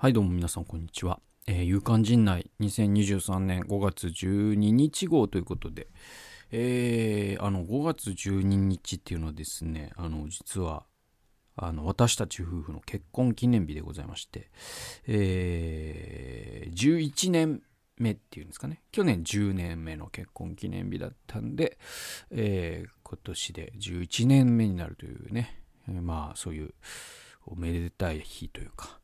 はいどうも皆さんこんにちは。夕刊陣内2023年5月12日号ということで、5月12日っていうのはですね、実は私たち夫婦の結婚記念日でございまして、11年目っていうんですかね、去年10年目の結婚記念日だったんで、今年で11年目になるというね、そういうおめでたい日というか、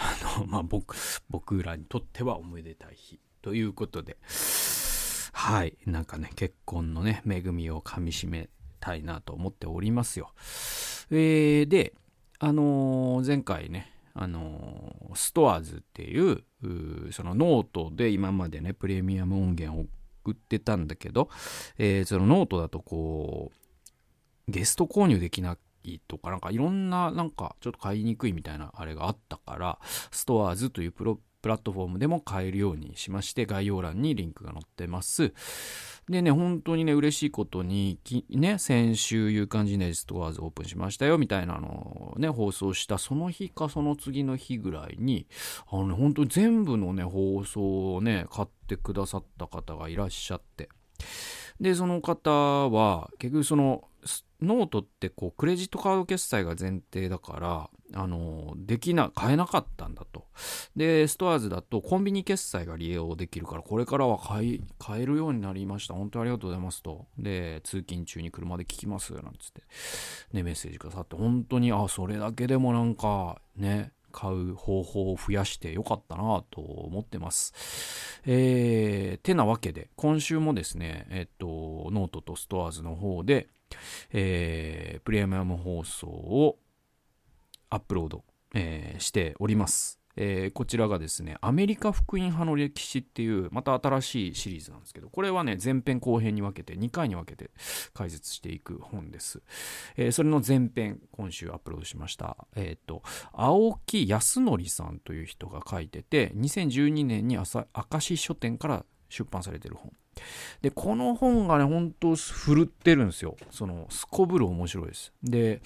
僕らにとってはおめでたい日ということで、はい、なんかね、結婚のね、恵みをかみしめたいなと思っておりますよ。で、前回ね、ストアーズっていうそのノートで今までね、プレミアム音源を送ってたんだけど、そのノートだとこう、ゲスト購入できないとか、なんかいろんな、なんかちょっと買いにくいみたいなあれがあったから、ストアーズというプラットフォームでも買えるようにしまして、概要欄にリンクが載ってます。でね、本当にね、嬉しいことに、先週、夕刊時代ストアーズオープンしましたよ、みたいなのをね、放送したその日かその次の日ぐらいに、本当に全部のね、放送をね、買ってくださった方がいらっしゃって。で、その方は、結局その、ノートってこうクレジットカード決済が前提だから買えなかったんだと。でストアーズだとコンビニ決済が利用できるから、これからは買えるようになりました、本当にありがとうございますと。で通勤中に車で聞きますなんつってね、メッセージくださって、本当にそれだけでもなんかね、買う方法を増やしてよかったなと思ってます。てなわけで今週もですね、ノートとストアーズの方でプレミアム放送をアップロード、しております。こちらがですね、アメリカ福音派の歴史っていうまた新しいシリーズなんですけど、これはね、前編後編に分けて2回に分けて解説していく本です。それの前編今週アップロードしました。青木康則さんという人が書いてて、2012年に明石書店から出版されてる本で、この本がね、本当ふるってるんですよ。すこぶる面白いです。で、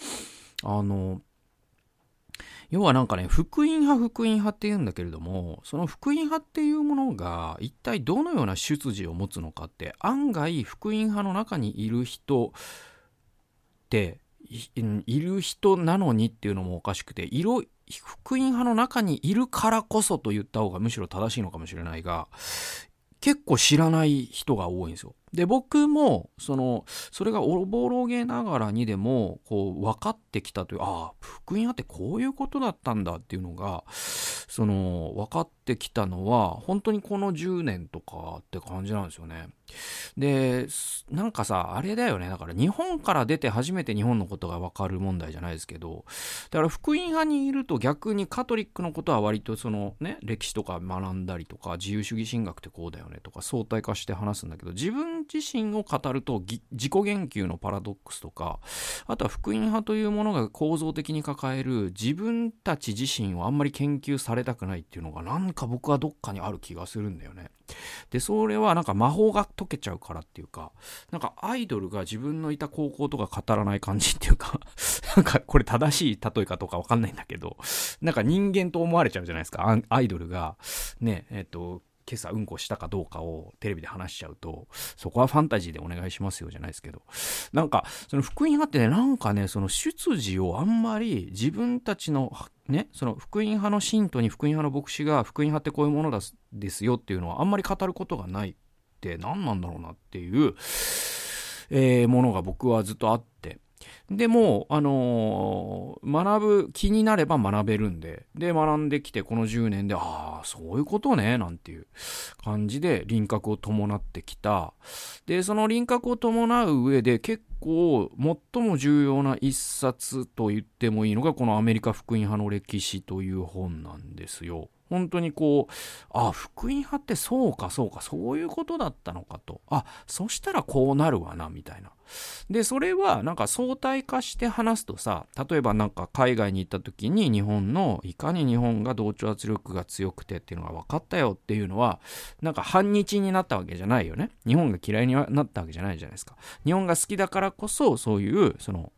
要はなんかね、福音派って言うんだけれども、その福音派っていうものが一体どのような出自を持つのかって、案外福音派の中にいる人っている人なのにっていうのもおかしくて、福音派の中にいるからこそと言った方がむしろ正しいのかもしれないが、結構知らない人が多いんですよ。で、僕もそれがおぼろげながらにでもこう分かってきたという、福音派ってこういうことだったんだっていうのが分かってきたのは本当にこの10年とかって感じなんですよね。で、なんかさ、あれだよね、だから日本から出て初めて日本のことが分かる問題じゃないですけど、だから福音派にいると逆にカトリックのことは割と歴史とか学んだりとか、自由主義神学ってこうだよねとか相対化して話すんだけど、自分自身を語ると自己言及のパラドックスとか、あとは福音派というものが構造的に抱える自分たち自身をあんまり研究されたくないっていうのがなんか僕はどっかにある気がするんだよね。でそれはなんか魔法が解けちゃうからっていうか、なんかアイドルが自分のいた高校とか語らない感じっていうかなんかこれ正しい例えかとか分かんないんだけど、なんか人間と思われちゃうじゃないですか。アイドルがね、今朝うんこしたかどうかをテレビで話しちゃうと、そこはファンタジーでお願いしますよじゃないですけど、なんかその福音派ってね、なんかね、その出自をあんまり自分たちのね、その福音派の信徒に福音派の牧師が福音派ってこういうものですよっていうのはあんまり語ることがないって何なんだろうなっていう、ものが僕はずっとあって、でも、学ぶ気になれば学べるんで、学んできてこの10年で、そういうことね、なんていう感じで輪郭を伴ってきた。で、その輪郭を伴う上で結構最も重要な一冊と言ってもいいのが、このアメリカ福音派の歴史という本なんですよ。本当にこう、福音派ってそうか、そういうことだったのかと。そしたらこうなるわな、みたいな。で、それはなんか相対化して話すとさ、例えばなんか海外に行った時にいかに日本が同調圧力が強くてっていうのが分かったよっていうのは、なんか反日になったわけじゃないよね。日本が嫌いになったわけじゃないじゃないですか。日本が好きだからこそ、そういう、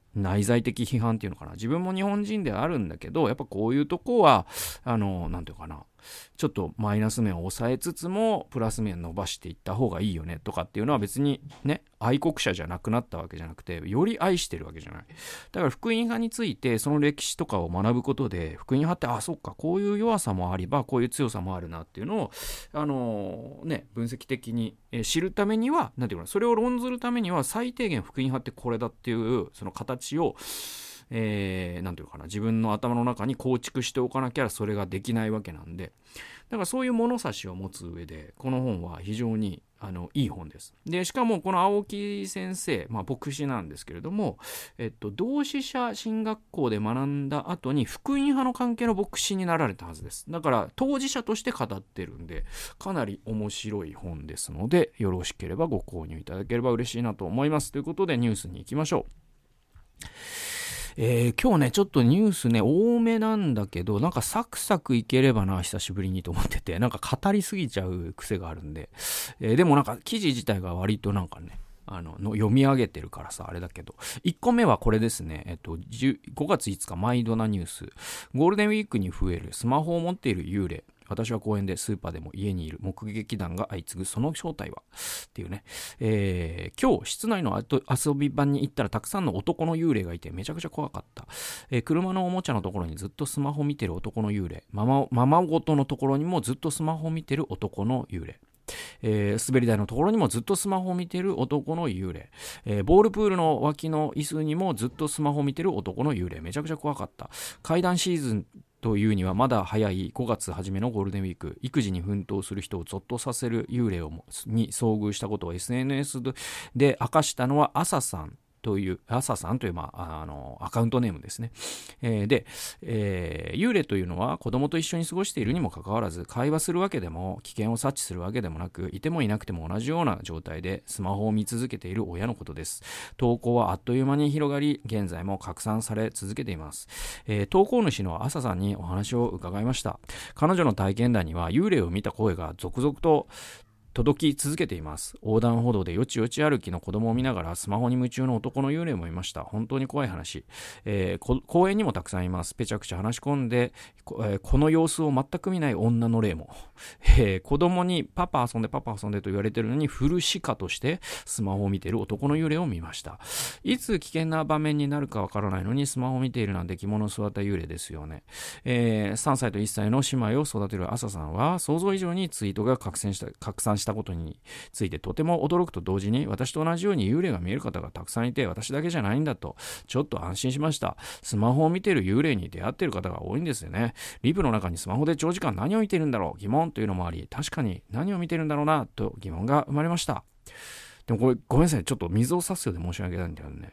内在的批判っていうのかな、自分も日本人ではあるんだけど、やっぱこういうとこはなんていうかな、ちょっとマイナス面を抑えつつもプラス面伸ばしていった方がいいよねとかっていうのは、別にね、愛国者じゃなくなったわけじゃなくて、より愛してるわけじゃない。だから福音派についてその歴史とかを学ぶことで、福音派ってそっか、こういう弱さもあればこういう強さもあるなっていうのを分析的に知るためには、なんていうかな、それを論ずるためには最低限福音派ってこれだっていうその形をなんていうかな、自分の頭の中に構築しておかなきゃそれができないわけなんで、だからそういう物差しを持つ上でこの本は非常にいい本です。でしかもこの青木先生、牧師なんですけれども、同志社神学校で学んだ後に福音派の関係の牧師になられたはずです。だから当事者として語ってるんで、かなり面白い本ですので、よろしければご購入いただければ嬉しいなと思います。ということでニュースに行きましょう。今日ねちょっとニュースね多めなんだけど、なんかサクサクいければな、久しぶりにと思ってて、なんか語りすぎちゃう癖があるんで、でもなんか記事自体が割となんかね読み上げてるからさあれだけど、1個目はこれですね。5月5日マイドなニュース、ゴールデンウィークに増えるスマホを持っている幽霊、私は公園でスーパーでも家にいる目撃談が相次ぐ、その正体はっていうね、今日室内の遊び場に行ったらたくさんの男の幽霊がいてめちゃくちゃ怖かった。車のおもちゃのところにずっとスマホ見てる男の幽霊、ママごとのところにもずっとスマホ見てる男の幽霊、滑り台のところにもずっとスマホを見てる男の幽霊、ボールプールの脇の椅子にもずっとスマホを見てる男の幽霊、めちゃくちゃ怖かった。怪談シーズンというにはまだ早い5月初めのゴールデンウィーク、育児に奮闘する人をゾッとさせる幽霊に遭遇したことを SNS で明かしたのは朝さんというアカウントネームですね。で、幽霊というのは子供と一緒に過ごしているにもかかわらず、会話するわけでも危険を察知するわけでもなく、いてもいなくても同じような状態でスマホを見続けている親のことです。投稿はあっという間に広がり、現在も拡散され続けています。投稿主の朝さんにお話を伺いました。彼女の体験談には幽霊を見た声が続々と届き続けています。横断歩道でよちよち歩きの子供を見ながらスマホに夢中の男の幽霊もいました。本当に怖い話。公園にもたくさんいます。ぺちゃくちゃ話し込んで、この様子を全く見ない女の霊も、子供にパパ遊んでパパ遊んでと言われているのにフルシカとしてスマホを見ている男の幽霊を見ました。いつ危険な場面になるかわからないのにスマホを見ているなんて着物を育った幽霊ですよね。3歳と1歳の姉妹を育てる朝さんは想像以上にツイートが拡散したことについてとても驚くと同時に、私と同じように幽霊が見える方がたくさんいて私だけじゃないんだとちょっと安心しました。スマホを見ている幽霊に出会っている方が多いんですよね。リプの中にスマホで長時間何を見ているんだろう疑問というのもあり、確かに何を見ているんだろうなと疑問が生まれました。でもこれごめんなさい、ちょっと水を差すようで申し訳ないんだけどね、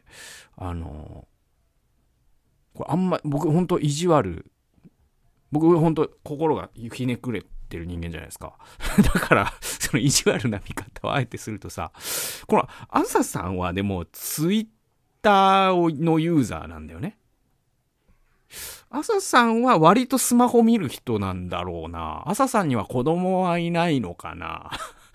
これあんま僕本当意地悪、僕本当心がひねくれてる人間じゃないですか。だからその意地悪な見方をあえてするとさ、この朝さんはでもツイッターのユーザーなんだよね。朝さんは割とスマホ見る人なんだろうな。朝さんには子供はいないのかな。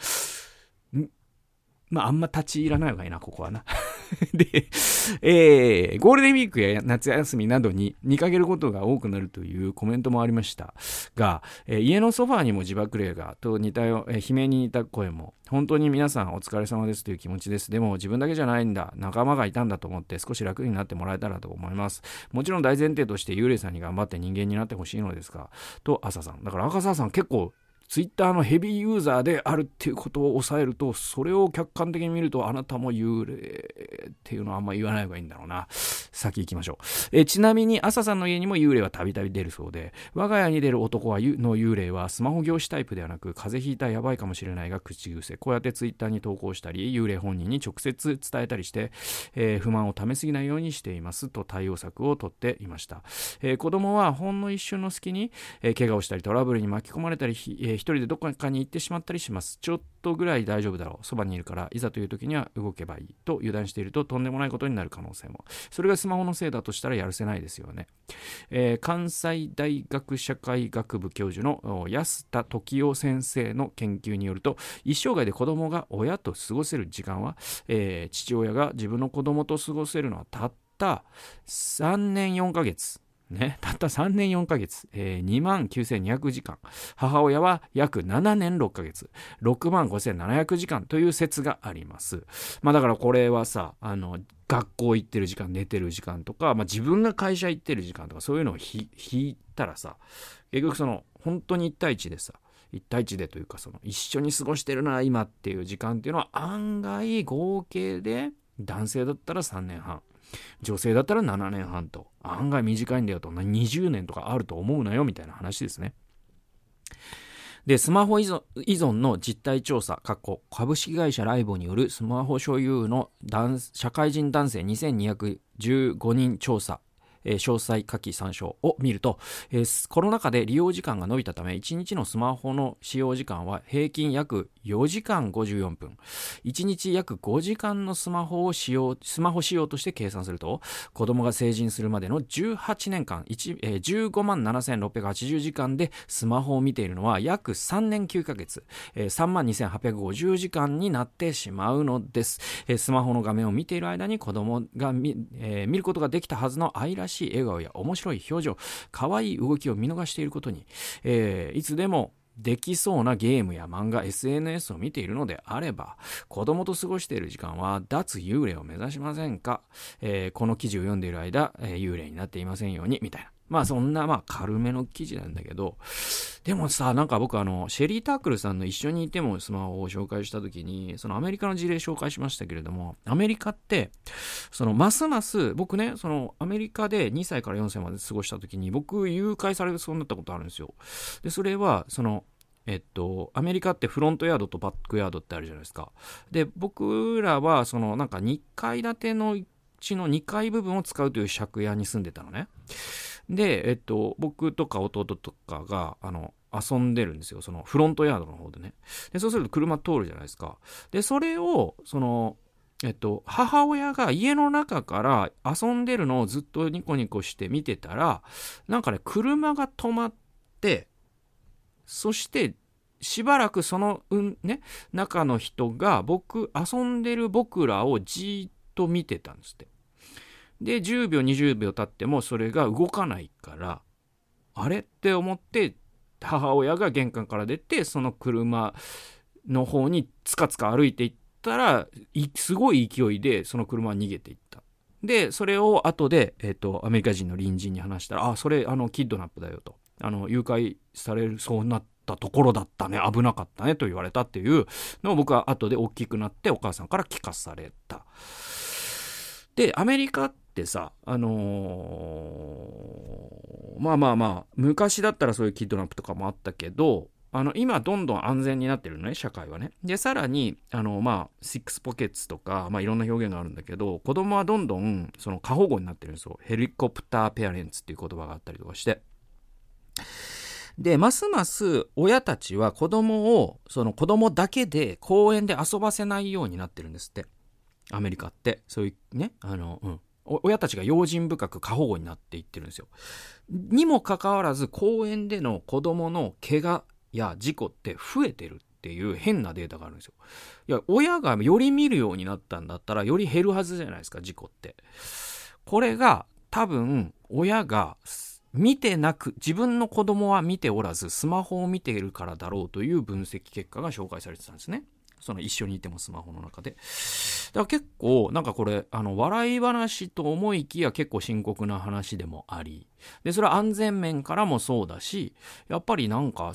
あんま立ち入らない方がいいな、ここはな。で、ゴールデンウィークや夏休みなどに見かけることが多くなるというコメントもありましたが、家のソファーにも自爆霊がと似たよ、悲鳴に似た声も、本当に皆さんお疲れ様ですという気持ちです。でも自分だけじゃないんだ、仲間がいたんだと思って少し楽になってもらえたらと思います。もちろん大前提として幽霊さんに頑張って人間になってほしいのですが、と朝さん。だから赤澤さん結構ツイッターのヘビーユーザーであるっていうことを抑えると、それを客観的に見るとあなたも幽霊っていうのはあんま言わない方がいいんだろうな。先行きましょう。ちなみに朝さんの家にも幽霊はたびたび出るそうで、我が家に出る男の幽霊はスマホ業種タイプではなく、風邪ひいたらやばいかもしれないが口癖。こうやってツイッターに投稿したり幽霊本人に直接伝えたりして、不満をためすぎないようにしていますと対応策を取っていました。子供はほんの一瞬の隙に、怪我をしたりトラブルに巻き込まれたり、一人でどこかに行ってしまったりします。ちょっとぐらい大丈夫だろう、そばにいるからいざという時には動けばいいと油断しているととんでもないことになる可能性も。それがスマホのせいだとしたらやるせないですよね。関西大学社会学部教授の安田時夫先生の研究によると、一生涯で子供が親と過ごせる時間は、父親が自分の子供と過ごせるのはたっった3年4ヶ月ね、たった3年4ヶ月、29,200時間。母親は約7年6ヶ月、65,700時間という説があります。まあだからこれはさ、学校行ってる時間、寝てる時間とか、まあ自分が会社行ってる時間とか、そういうのを引いたらさ、結局その、本当に1対1でさ、1対1でというか、その、一緒に過ごしてるな、今っていう時間っていうのは、案外合計で、男性だったら3年半。女性だったら7年半と案外短いんだよと20年とかあると思うなよみたいな話ですね。でスマホ依存の実態調査株式会社ライボによるスマホ所有の社会人男性2215人調査詳細下記参照を見ると、コロナ禍で利用時間が伸びたため1日のスマホの使用時間は平均約4時間54分1日約5時間のスマホ使用として計算すると子供が成人するまでの18年間15万7680時間でスマホを見ているのは約3年9ヶ月3万2850時間になってしまうのです。スマホの画面を見ている間に子供が見ることができたはずの愛らしい笑顔や面白い表情、可愛い動きを見逃していることに、いつでもできそうなゲームや漫画、SNS を見ているのであれば、子供と過ごしている時間は脱幽霊を目指しませんか？この記事を読んでいる間、幽霊になっていませんようにみたいな。まあそんな軽めの記事なんだけど、でもさ、なんか僕シェリー・タークルさんの一緒にいてもスマホを紹介した時に、そのアメリカの事例紹介しましたけれども、アメリカってそのますます僕ね、そのアメリカで2歳から4歳まで過ごした時に僕誘拐されそうになったことあるんですよ。でそれはそのアメリカってフロントヤードとバックヤードってあるじゃないですか。で僕らはそのなんか2階建てのうちの2階部分を使うという借家に住んでたのね。で、僕とか弟とかが遊んでるんですよ、そのフロントヤードの方でね。でそうすると車通るじゃないですか。でそれをその母親が家の中から遊んでるのをずっとニコニコして見てたら、なんかね、車が止まって、そしてしばらくその、中の人が遊んでる僕らをじーっと見てたんですって。で10秒20秒経ってもそれが動かないから、あれって思って母親が玄関から出てその車の方につかつか歩いていったら、すごい勢いでその車は逃げていった。でそれを後で、アメリカ人の隣人に話したら、それキッドナップだよと、誘拐されるそうになったところだったね、危なかったねと言われたっていうのを僕は後で大きくなってお母さんから聞かされた。でアメリカってさ、昔だったらそういうキッドナップとかもあったけど、今どんどん安全になってるのね、社会はね。でさらにシックスポケッツとか、いろんな表現があるんだけど、子供はどんどんその過保護になってるんですよ。ヘリコプターペアレンツっていう言葉があったりとかして、でますます親たちは子供だけで公園で遊ばせないようになってるんですって、アメリカって。そういうね、親たちが用心深く過保護になっていってるんですよ。にもかかわらず公園での子供の怪我や事故って増えてるっていう変なデータがあるんですよ。いや、親がより見るようになったんだったらより減るはずじゃないですか、事故って。これが多分親が自分の子供は見ておらずスマホを見ているからだろうという分析結果が紹介されてたんですね。その一緒にいてもスマホの中で。だから結構なんかこれ笑い話と思いきや結構深刻な話でもあり、でそれは安全面からもそうだし、やっぱりなんか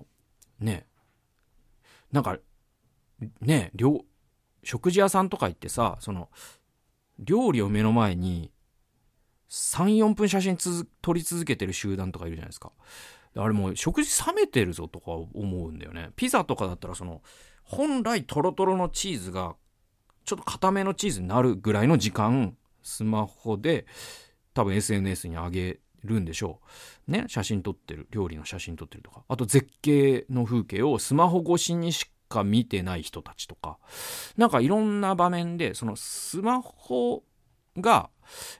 食事屋さんとか行ってさ、その料理を目の前に 3,4 分写真撮り続けてる集団とかいるじゃないですか。あれもう食事冷めてるぞとか思うんだよね。ピザとかだったら本来トロトロのチーズがちょっと固めのチーズになるぐらいの時間スマホで多分 SNS に上げるんでしょうね。写真撮ってる、料理の写真撮ってるとか、あと絶景の風景をスマホ越しにしか見てない人たちとか、なんかいろんな場面でそのスマホが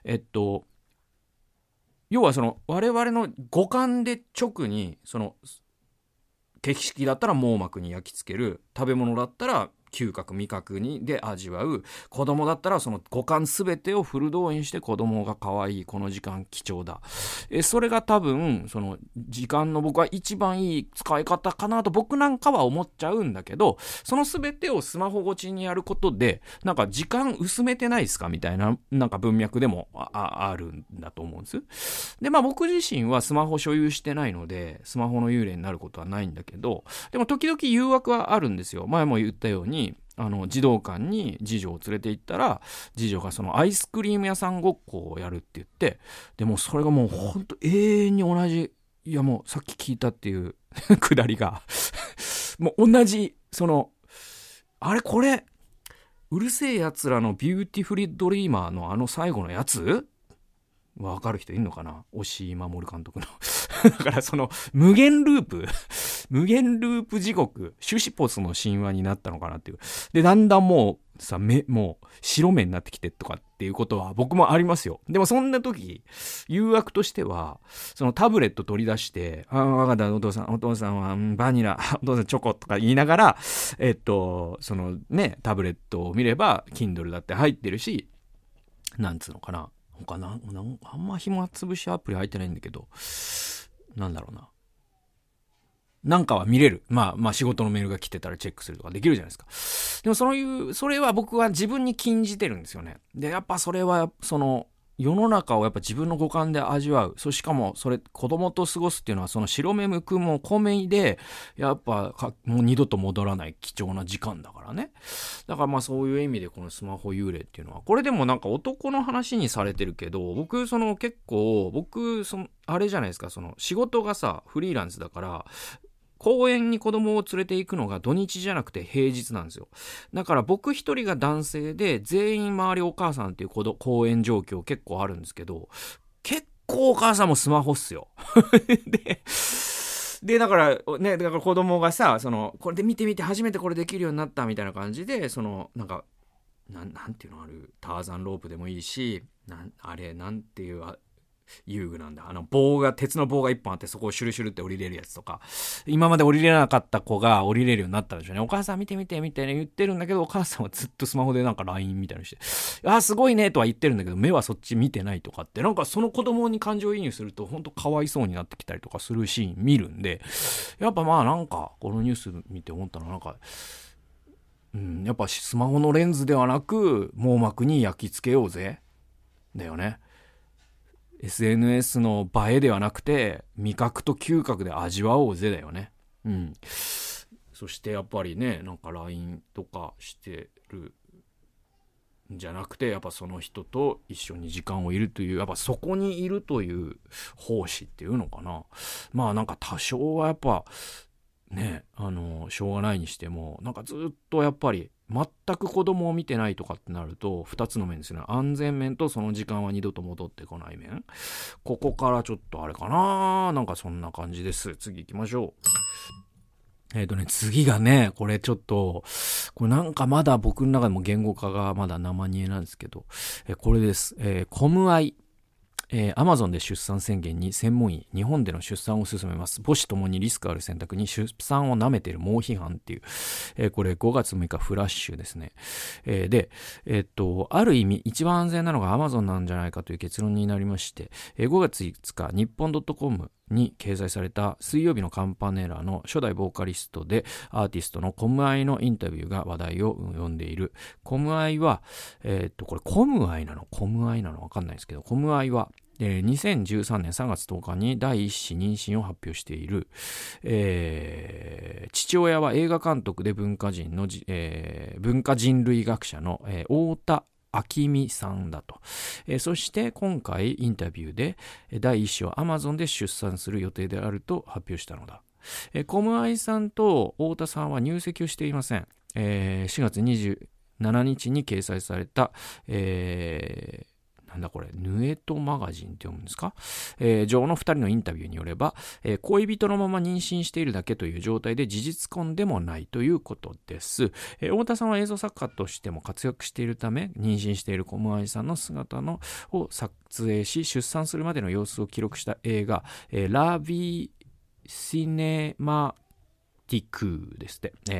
要はその我々の五感で直にその景色だったら網膜に焼き付ける、食べ物だったら嗅覚味覚で味わう。子供だったらその五感すべてをフル動員して子供が可愛い、この時間貴重だ。それが多分その時間の僕は一番いい使い方かなと僕なんかは思っちゃうんだけど、そのすべてをスマホ越しにやることでなんか時間薄めてないですかみたいな、なんか文脈でもあるんだと思うんです。で僕自身はスマホ所有してないのでスマホの幽霊になることはないんだけど、でも時々誘惑はあるんですよ。前も言ったように児童館に次女を連れて行ったら、次女がそのアイスクリーム屋さんごっこをやるって言って、でもそれがもうほんと永遠に同じ、いやもうさっき聞いたっていうくだりがもう同じ、そのこれうるせえやつらのビューティフルドリーマーの最後のやつわかる人いるのかな、押井守監督のだからその無限ループ地獄、シュシポスの神話になったのかなっていう。でだんだんもうさもう白目になってきてとかっていうことは僕もありますよ。でもそんな時誘惑としてはそのタブレット取り出して、わかった、お父さんはバニラ、お父さんチョコとか言いながらそのねタブレットを見れば Kindle だって入ってるし、なんつうのかな、他あんま暇つぶしアプリ入ってないんだけど、なんだろうな、なんかは見れる。まあ仕事のメールが来てたらチェックするとかできるじゃないですか。でもそれは僕は自分に禁じてるんですよね。でやっぱそれはその世の中をやっぱ自分の五感で味わう。しかもそれ子供と過ごすっていうのはその白目むくも込めでやっぱもう二度と戻らない貴重な時間だからね。だからそういう意味でこのスマホ幽霊っていうのは、これでもなんか男の話にされてるけど、僕あれじゃないですか、その仕事がさフリーランスだから公園に子供を連れて行くのが土日じゃなくて平日なんですよ。だから僕一人が男性で全員周りお母さんっていう公園状況結構あるんですけど、結構お母さんもスマホっすよでだから子供がさこれで見て初めてこれできるようになったみたいな感じで、なんていうの、ターザンロープでもいいし、なんていう遊具なんだ、鉄の棒が一本あってそこをシュルシュルって降りれるやつとか、今まで降りれなかった子が降りれるようになったんでしょうね。お母さん見てみたいな言ってるんだけど、お母さんはずっとスマホでなんか LINE みたいにして、すごいねとは言ってるんだけど目はそっち見てないとかって、なんかその子供に感情移入すると本当かわいそうになってきたりとかするシーン見るんで、やっぱなんかこのニュース見て思ったのは、なんかやっぱスマホのレンズではなく網膜に焼き付けようぜだよね。SNS の映えではなくて味覚と嗅覚で味わおうぜだよね。そしてやっぱりね、なんか LINE とかしてるんじゃなくて、やっぱその人と一緒に時間をいるという、やっぱそこにいるという奉仕っていうのかな。なんか多少はやっぱね、しょうがないにしても、なんかずっとやっぱり全く子供を見てないとかってなると2つの面ですね。安全面とその時間は二度と戻ってこない面。ここからちょっとあれかな、なんかそんな感じです。次行きましょう。次がね、これちょっとこれなんかまだ僕の中でも言語化がまだ生煮えなんですけど、これです。コムアイ。Amazon で出産宣言に専門医、日本での出産を進めます。母子ともにリスクある選択に出産を舐めている猛批判っていう、これ5月6日フラッシュですね。で、ある意味一番安全なのが Amazon なんじゃないかという結論になりまして、5月5日、日本 .com に掲載された水曜日のカンパネラの初代ボーカリストでアーティストのコムアイのインタビューが話題を呼んでいる。コムアイは、これコムアイなのわかんないですけど、コムアイは2013年3月10日に第一子妊娠を発表している、父親は映画監督で文化人類学者の、太田明美さんだと。そして今回インタビューで第一子を Amazon で出産する予定であると発表したのだ。コムアイさんと太田さんは入籍をしていません。4月27日に掲載された、なんだこれ、ヌエトマガジンって読むんですか、上の2人のインタビューによれば、恋人のまま妊娠しているだけという状態で事実婚でもないということです。太田さんは映像作家としても活躍しているため、妊娠しているコムアイさんの姿を撮影し、出産するまでの様子を記録した映画、ラビシネマティクですって、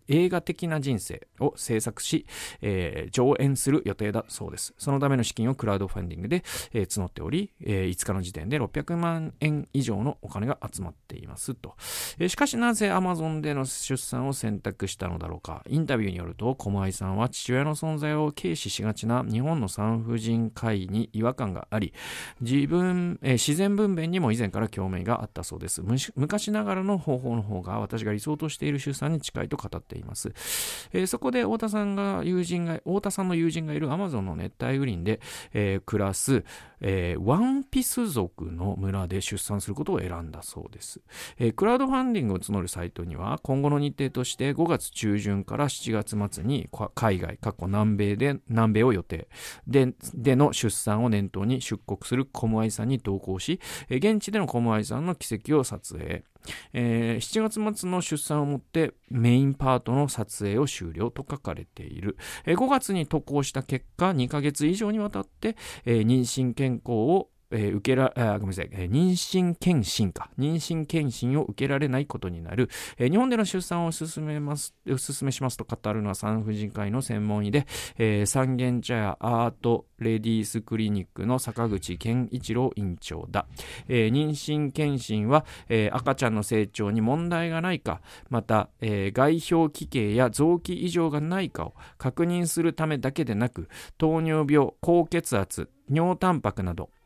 映画的な人生を制作し、上演する予定だそうです。そのための資金をクラウドファンディングで、募っており、5日の時点で600万円以上のお金が集まっていますと。しかしなぜ Amazon での出産を選択したのだろうか。インタビューによると、コムアイさんは父親の存在を軽視しがちな日本の産婦人科医に違和感があり、自然分娩にも以前から興味があったそうです。昔ながらの方法の方が私が理想としている出産に近いと語っています。そこで太田さんの友人がいる Amazon の熱帯雨林で、暮らす、ワンピス族の村で出産することを選んだそうです。クラウドファンディングを募るサイトには今後の日程として5月中旬から7月末に海外南米を予定での出産を念頭に出国するコムアイさんに同行し、現地でのコムアイさんの奇跡を撮影、7月末の出産をもってメインパートの撮影を終了と書かれている。5月に渡航した結果2ヶ月以上にわたって、妊娠健康を妊娠検診を受けられないことになる。日本での出産をお勧めしますと語るのは産婦人科医の専門医で、三軒茶屋アートレディースクリニックの坂口健一郎院長だ。妊娠検診は、赤ちゃんの成長に問題がないか、また、外表奇形や臓器異常がないかを確認するためだけでなく、糖尿病、高血圧、尿タンパク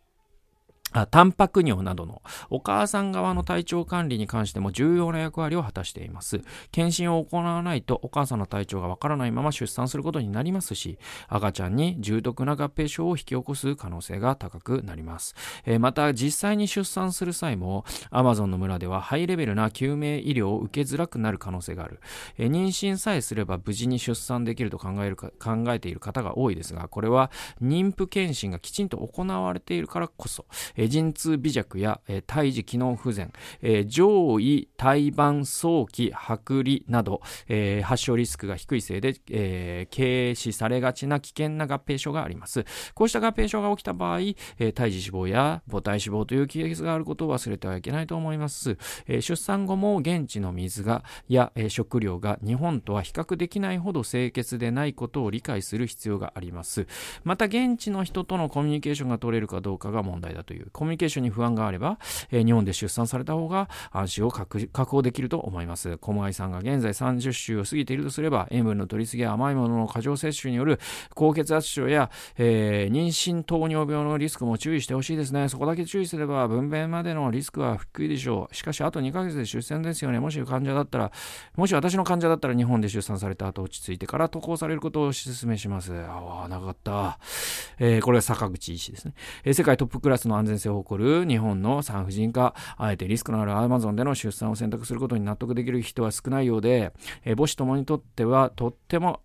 尿などのお母さん側の体調管理に関しても重要な役割を果たしています。検診を行わないとお母さんの体調がわからないまま出産することになりますし、赤ちゃんに重篤な合併症を引き起こす可能性が高くなります。また実際に出産する際も Amazon の村ではハイレベルな救命医療を受けづらくなる可能性がある。妊娠さえすれば無事に出産できると考えている方が多いですが、これは妊婦検診がきちんと行われているからこそ、陣痛微弱や胎児機能不全、上位胎盤早期剥離など、発症リスクが低いせいで、軽視されがちな危険な合併症があります。こうした合併症が起きた場合、胎児死亡や母体死亡というケースがあることを忘れてはいけないと思います。出産後も現地の水や食料が日本とは比較できないほど清潔でないことを理解する必要があります。また現地の人とのコミュニケーションが取れるかどうかが問題だという。コミュニケーションに不安があれば、日本で出産された方が安心を確保できると思います。コムアイさんが現在30週を過ぎているとすれば、塩分の取りすぎや甘いものの過剰摂取による高血圧症や、妊娠糖尿病のリスクも注意してほしいですね。そこだけ注意すれば分娩までのリスクは低いでしょう。しかしあと2ヶ月で出産ですよね。もし私の患者だったら日本で出産された後落ち着いてから渡航されることをお勧めします。長かった。これは坂口医師ですね。世界トップクラスの安全性を誇る日本の産婦人科、あえてリスクのある Amazon での出産を選択することに納得できる人は少ないようで、母子ともにとってはとっても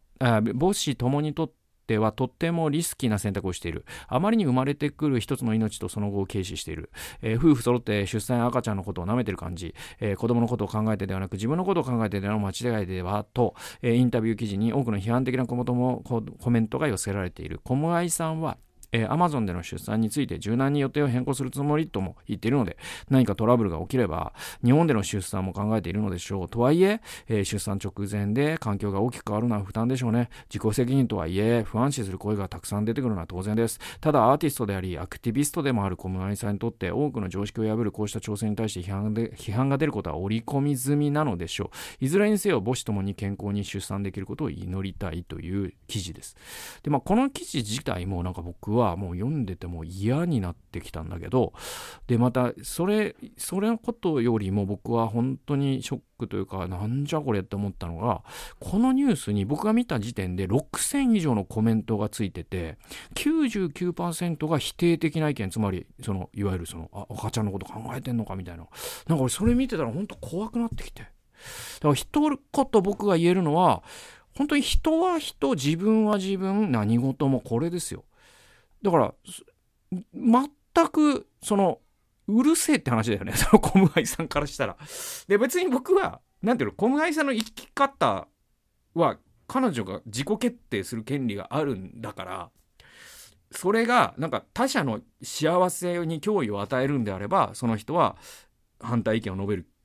リスキーな選択をしている。あまりに生まれてくる一つの命とその後を軽視している。夫婦揃って出産や赤ちゃんのことを舐めている感じ。子供のことを考えてではなく自分のことを考えてでの間違いではと、インタビュー記事に多くの批判的なコメントが寄せられている。コムアイさんはAmazon での出産について柔軟に予定を変更するつもりとも言っているので、何かトラブルが起きれば日本での出産も考えているのでしょう。とはいえ、出産直前で環境が大きく変わるのは負担でしょうね。自己責任とはいえ不安視する声がたくさん出てくるのは当然です。ただアーティストでありアクティビストでもあるコムアイさんにとって多くの常識を破るこうした挑戦に対して批判が出ることは織り込み済みなのでしょう。いずれにせよ母子ともに健康に出産できることを祈りたいという記事です。で、この記事自体も僕はもう読んでても嫌になってきたんだけど、でまたそれのことよりも僕は本当にショックというか、なんじゃこれって思ったのが、このニュースに僕が見た時点で6000以上のコメントがついてて、99% が否定的な意見、つまりいわゆる赤ちゃんのこと考えてんのかみたいな、俺それ見てたら本当怖くなってきて、だから一言僕が言えるのは、本当に人は人、自分は自分、何事もこれですよ。だから全くうるせえって話だよね、コムアイさんからしたら。で別に僕はコムアイさんの生き方は彼女が自己決定する権利があるんだから、それが他者の幸せに脅威を与えるんであれば、その人は反対意見を述べる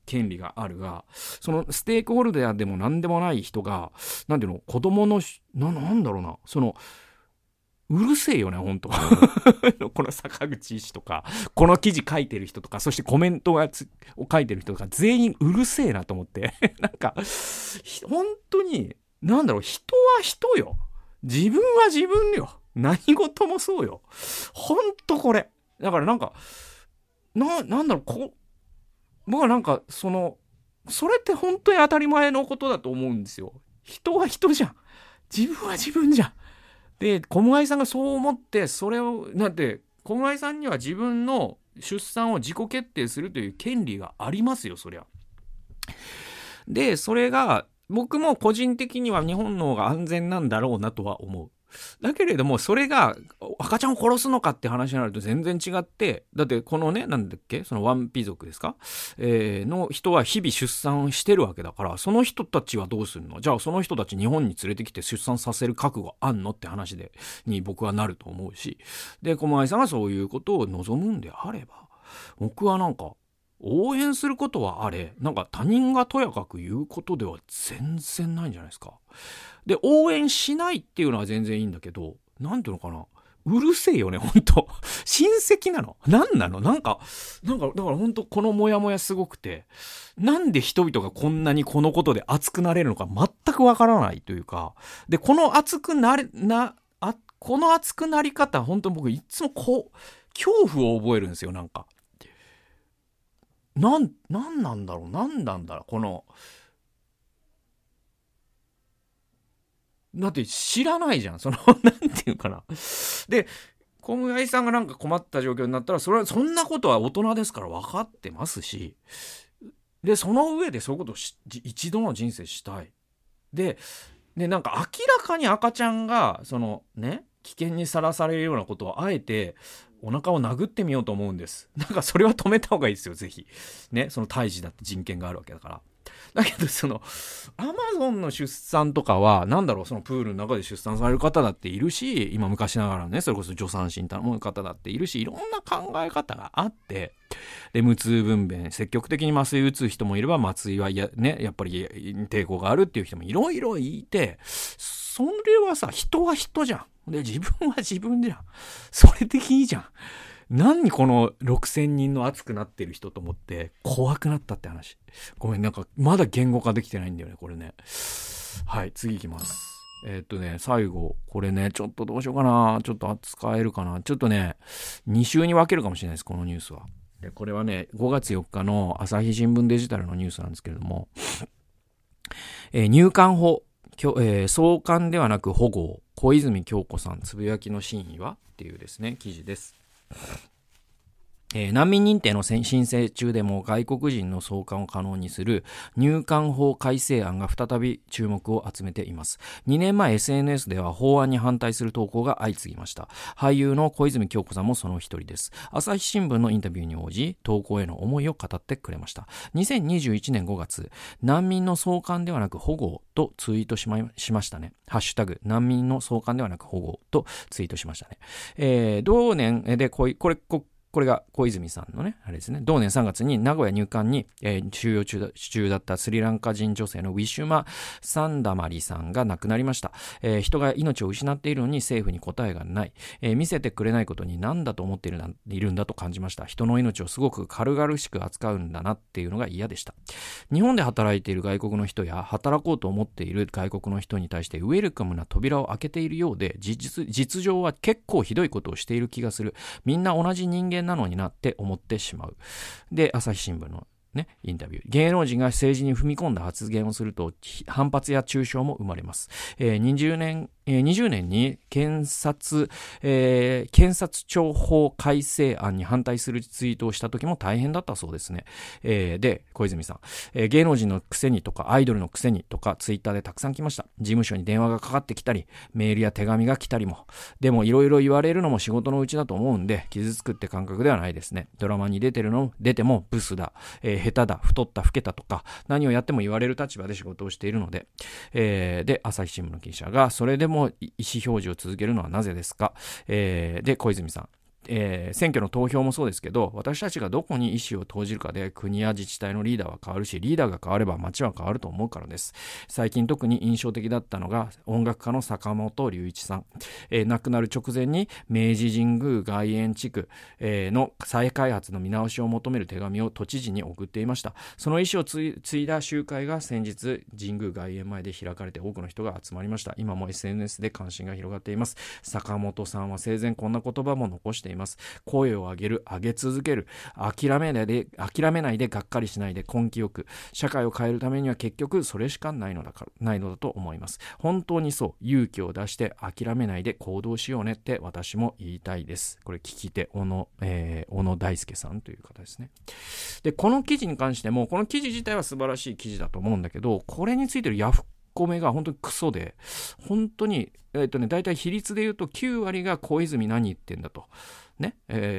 権利があるが、そのステークホルダーでも何でもない人が、なんていうの、子供のなんだろうな、うるせえよね、ほんと。この坂口医師とか、この記事書いてる人とか、そしてコメントを書いてる人とか、全員うるせえなと思って。なんか、本当に、なんだろう、人は人よ。自分は自分よ。何事もそうよ。ほんとこれ。だからなんか、なんだろう、僕はなんか、それって本当に当たり前のことだと思うんですよ。人は人じゃん。自分は自分じゃん。で、小向井さんがそう思って、それを、なんて、小向井さんには自分の出産を自己決定するという権利がありますよ、そりゃ。で、それが、僕も個人的には日本の方が安全なんだろうなとは思う。だけれども、それが赤ちゃんを殺すのかって話になると全然違って、だってこのね、なんだっけ、そのワンピ族ですか、の人は日々出産してるわけだから、その人たちはどうするの？じゃあその人たち日本に連れてきて出産させる覚悟あんのって話に僕はなると思うし、で、小前さんがそういうことを望むんであれば、僕はなんか、応援することはあれ、なんか他人がとやかく言うことでは全然ないんじゃないですか。で、応援しないっていうのは全然いいんだけど、なんていうのかな。うるせえよね、ほんと。親戚なの？なんなの？なんか、だからほんとこのモヤモヤすごくて、なんで人々がこんなにこのことで熱くなれるのか全くわからないというか、で、この熱くなり方、ほんと僕いつも恐怖を覚えるんですよ、なんか。なんなんだろう、この、だって知らないじゃん。なんていうかな。で、小室さんがなんか困った状況になったら、そんなことは大人ですから分かってますし、で、その上でそういうことを一度の人生したい。で、なんか明らかに赤ちゃんが、危険にさらされるようなことをあえて、お腹を殴ってみようと思うんです。なんかそれは止めた方がいいですよ、ぜひ。ね、その胎児だって人権があるわけだから。だけどアマゾンの出産とかは、なんだろう、そのプールの中で出産される方だっているし、今昔ながらね、それこそ助産師に頼む方だっているし、いろんな考え方があって、で、無痛分娩、積極的に麻酔打つ人もいれば、麻酔はやっぱり抵抗があるっていう人もいろいろいて、それはさ、人は人じゃん。で、自分は自分じゃん。それでいいじゃん。何この6000人の熱くなってる人と思って怖くなったって話。ごめん、なんかまだ言語化できてないんだよね、これね。はい、次いきます。最後、これね、ちょっとどうしようかな。ちょっと扱えるかな。ちょっとね、2週に分けるかもしれないです、このニュースは。で、これはね、5月4日の朝日新聞デジタルのニュースなんですけれども、入管法、送還ではなく保護、小泉京子さんつぶやきの真意はっていうですね、記事です。難民認定の申請中でも外国人の送還を可能にする入管法改正案が再び注目を集めています。2年前 SNS では法案に反対する投稿が相次ぎました。俳優の小泉京子さんもその一人です。朝日新聞のインタビューに応じ、投稿への思いを語ってくれました。2021年5月、難民の送還ではなく保護とツイートしましたね。ハッシュタグ難民の送還ではなく保護とツイートしましたね。同年でこれが小泉さんのね、あれですね。同年3月に名古屋入管に、収容中だったスリランカ人女性のウィシュマ・サンダマリさんが亡くなりました。人が命を失っているのに政府に答えがない。見せてくれないことに何だと思っているんだと感じました。人の命をすごく軽々しく扱うんだなっていうのが嫌でした。日本で働いている外国の人や働こうと思っている外国の人に対してウェルカムな扉を開けているようで、実情は結構ひどいことをしている気がする。みんな同じ人間なのになって思ってしまう。で、朝日新聞のインタビュー。芸能人が政治に踏み込んだ発言をすると反発や中傷も生まれます。20年に検察庁法改正案に反対するツイートをした時も大変だったそうですね。で、小泉さん、芸能人のくせにとかアイドルのくせにとかツイッターでたくさん来ました。事務所に電話がかかってきたり、メールや手紙が来たりも。でもいろいろ言われるのも仕事のうちだと思うんで、傷つくって感覚ではないですね。ドラマに出てもブスだ、下手だ、太った、老けたとか、何をやっても言われる立場で仕事をしているので、で、朝日新聞の記者が、それでも意思表示を続けるのはなぜですか。で、小泉さん。 選挙の投票もそうですけど、私たちがどこに意思を投じるかで国や自治体のリーダーは変わるし、リーダーが変われば街は変わると思うからです。最近特に印象的だったのが音楽家の坂本龍一さん、亡くなる直前に明治神宮外苑地区、の再開発の見直しを求める手紙を都知事に送っていました。その意思を継いだ集会が先日神宮外苑前で開かれて多くの人が集まりました。今も SNS で関心が広がっています。坂本さんは生前こんな言葉も残しています。声を上げる、上げ続ける、諦めないでがっかりしないで根気よく、社会を変えるためには結局それしかないのだと思います。本当にそう、勇気を出して諦めないで行動しようねって私も言いたいです。これ聞き手小野大輔さんという方ですね。でこの記事に関しても、この記事自体は素晴らしい記事だと思うんだけど、これについてるヤフコメが本当にクソで、本当にだいたい比率で言うと9割が小泉何言ってんだとね、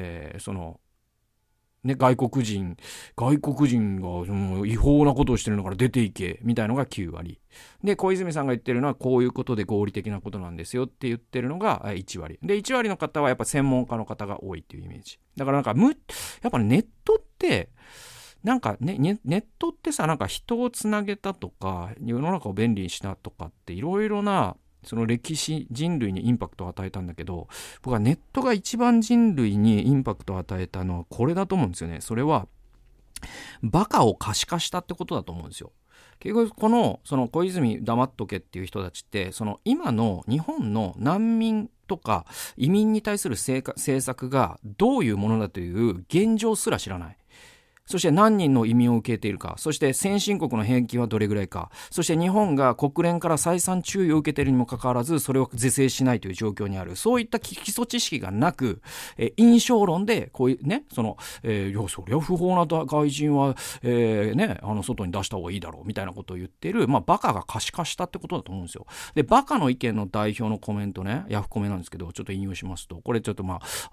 外国人が違法なことをしてるのから出ていけみたいのが9割で、小泉さんが言ってるのはこういうことで合理的なことなんですよって言ってるのが1割で、1割の方はやっぱ専門家の方が多いっていうイメージだから、やっぱネットってネットってさ、人をつなげたとか世の中を便利にしたとかっていろいろなその歴史、人類にインパクトを与えたんだけど、僕はネットが一番人類にインパクトを与えたのはこれだと思うんですよね。それはバカを可視化したってことだと思うんですよ。結局その小泉黙っとけっていう人たちって、その今の日本の難民とか移民に対する政策がどういうものだという現状すら知らない。そして何人の移民を受けているか、そして先進国の平均はどれぐらいか、そして日本が国連から再三注意を受けているにもかかわらずそれを是正しないという状況にある。そういった基礎知識がなく、印象論でこういうね、いやそりゃ不法な外人は、外に出した方がいいだろうみたいなことを言っている、バカが可視化したってことだと思うんですよ。でバカの意見の代表のコメントね、ヤフコメなんですけど、ちょっと引用しますと、これちょっと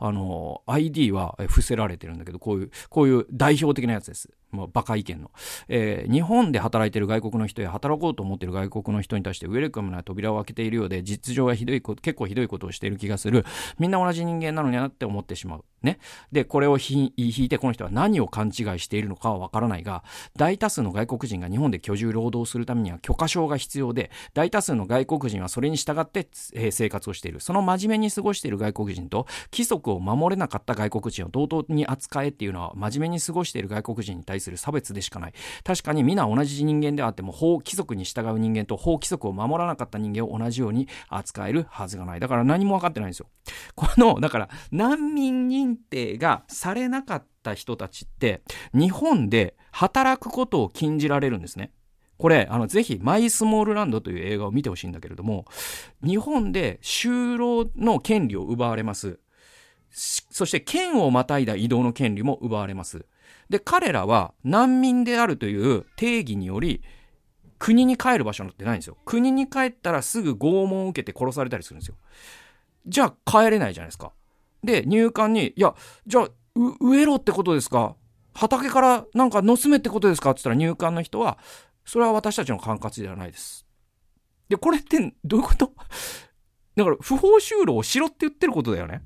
ID は伏せられてるんだけど、こういう代表的なやつです。バカ意見の、日本で働いている外国の人や働こうと思っている外国の人に対してウェルカムな扉を開けているようで、実情は結構ひどいことをしている気がする。みんな同じ人間なのになって思ってしまうね。でこれを引いて、この人は何を勘違いしているのかはわからないが、大多数の外国人が日本で居住労働するためには許可証が必要で、大多数の外国人はそれに従って、生活をしている。その真面目に過ごしている外国人と規則を守れなかった外国人を同等に扱えっていうのは、真面目に過ごしている外国人に対する差別でしかない。確かに皆同じ人間であっても、規則に従う人間と規則を守らなかった人間を同じように扱えるはずがない。だから何も分かってないんですよ。だから難民認定がされなかった人たちって日本で働くことを禁じられるんですね。これぜひマイスモールランドという映画を見てほしいんだけれども、日本で就労の権利を奪われます。そして県をまたいだ移動の権利も奪われます。で彼らは難民であるという定義により国に帰る場所なんてないんですよ。国に帰ったらすぐ拷問を受けて殺されたりするんですよ。じゃあ帰れないじゃないですか。で入管に、いやじゃあ植えろってことですか、畑からなんか盗めってことですかって言ったら、入管の人はそれは私たちの管轄ではないです。でこれってどういうこと？だから不法就労をしろって言ってることだよね。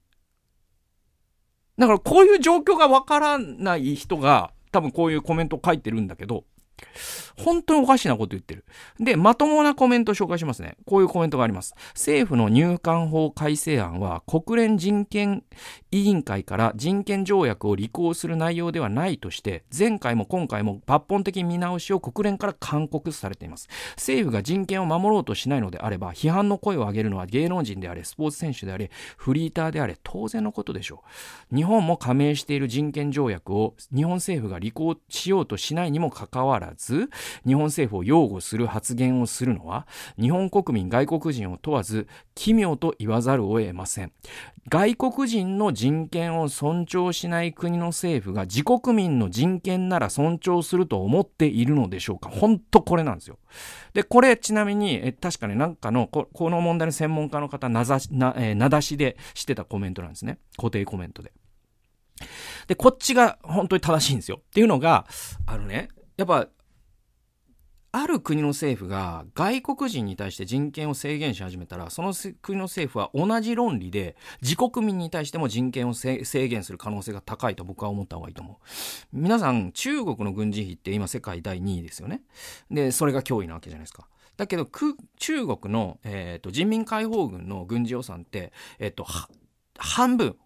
だからこういう状況がわからない人が多分こういうコメントを書いてるんだけど、本当におかしなこと言ってる。で、まともなコメントを紹介しますね。こういうコメントがあります。政府の入管法改正案は国連人権委員会から人権条約を履行する内容ではないとして、前回も今回も抜本的見直しを国連から勧告されています。政府が人権を守ろうとしないのであれば、批判の声を上げるのは芸能人であれ、スポーツ選手であれ、フリーターであれ、当然のことでしょう。日本も加盟している人権条約を日本政府が履行しようとしないにもかかわらず、日本政府を擁護する発言をするのは、日本国民外国人を問わず奇妙と言わざるを得ません。外国人の人権を尊重しない国の政府が自国民の人権なら尊重すると思っているのでしょうか。本当これなんですよ。でこれちなみに確かになんかのこの問題の専門家の方名指しでしてたコメントなんですね。固定コメントで。でこっちが本当に正しいんですよっていうのが、やっぱある国の政府が外国人に対して人権を制限し始めたら、その国の政府は同じ論理で自国民に対しても人権を制限する可能性が高いと僕は思った方がいいと思う。皆さん、中国の軍事費って今世界第2位ですよね。でそれが脅威なわけじゃないですか。だけど中国の、人民解放軍の軍事予算って、半分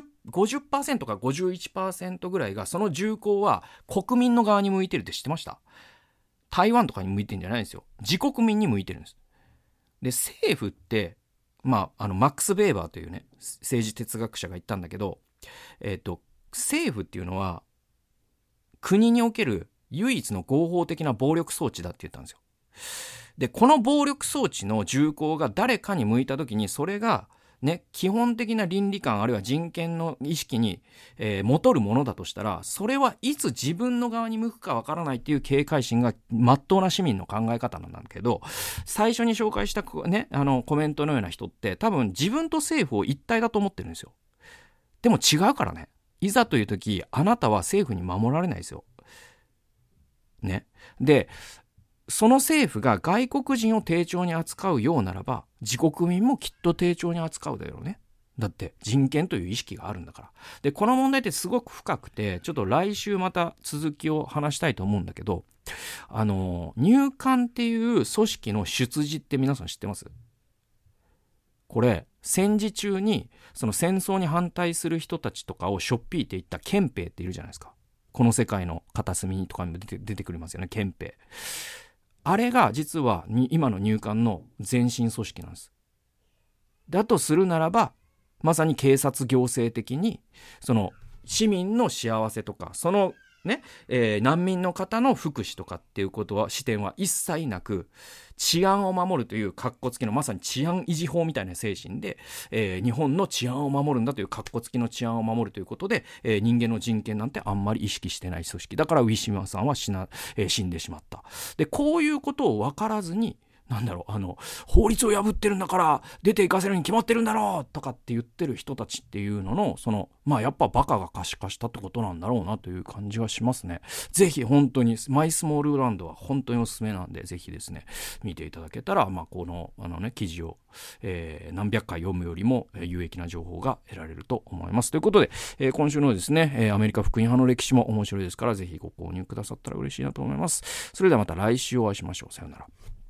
50% か 51% ぐらいが、その銃口は国民の側に向いてるって知ってました？台湾とかに向いてるんじゃないんですよ。自国民に向いてるんです。で政府って、マックス・ベーバーというね政治哲学者が言ったんだけど、政府っていうのは国における唯一の合法的な暴力装置だって言ったんですよ。でこの暴力装置の銃口が誰かに向いた時に、それがね、基本的な倫理観あるいは人権の意識に、もとるものだとしたら、それはいつ自分の側に向くかわからないっていう警戒心が真っ当な市民の考え方なんだけど、最初に紹介した、ね、コメントのような人って多分自分と政府を一体だと思ってるんですよ。でも違うからね。いざという時、あなたは政府に守られないですよ。ね。でその政府が外国人を丁重に扱うようならば、自国民もきっと丁重に扱うだろうね。だって人権という意識があるんだから。でこの問題ってすごく深くて、ちょっと来週また続きを話したいと思うんだけど、入管っていう組織の出自って皆さん知ってます？これ戦時中にその戦争に反対する人たちとかをしょっぴいていった憲兵っているじゃないですか。この世界の片隅とかにも出てくりますよね、憲兵。あれが実は今の入管の前身組織なんです。だとするならば、まさに警察行政的にその市民の幸せとか、そのね、難民の方の福祉とかっていうことは視点は一切なく、治安を守るというカッコつきのまさに治安維持法みたいな精神で、日本の治安を守るんだというカッコつきの治安を守るということで、人間の人権なんてあんまり意識してない組織だから、ウィシュマさんは死んでしまった。でこういうことを分からずに、法律を破ってるんだから出て行かせるに決まってるんだろうとかって言ってる人たちっていうのの、やっぱバカが可視化したってことなんだろうなという感じはしますね。ぜひ本当にマイスモールランドは本当におすすめなんで、ぜひですね見ていただけたら、この記事を、何百回読むよりも有益な情報が得られると思います。ということで、今週のですね、アメリカ福音派の歴史も面白いですから、ぜひご購入くださったら嬉しいなと思います。それではまた来週お会いしましょう。さようなら。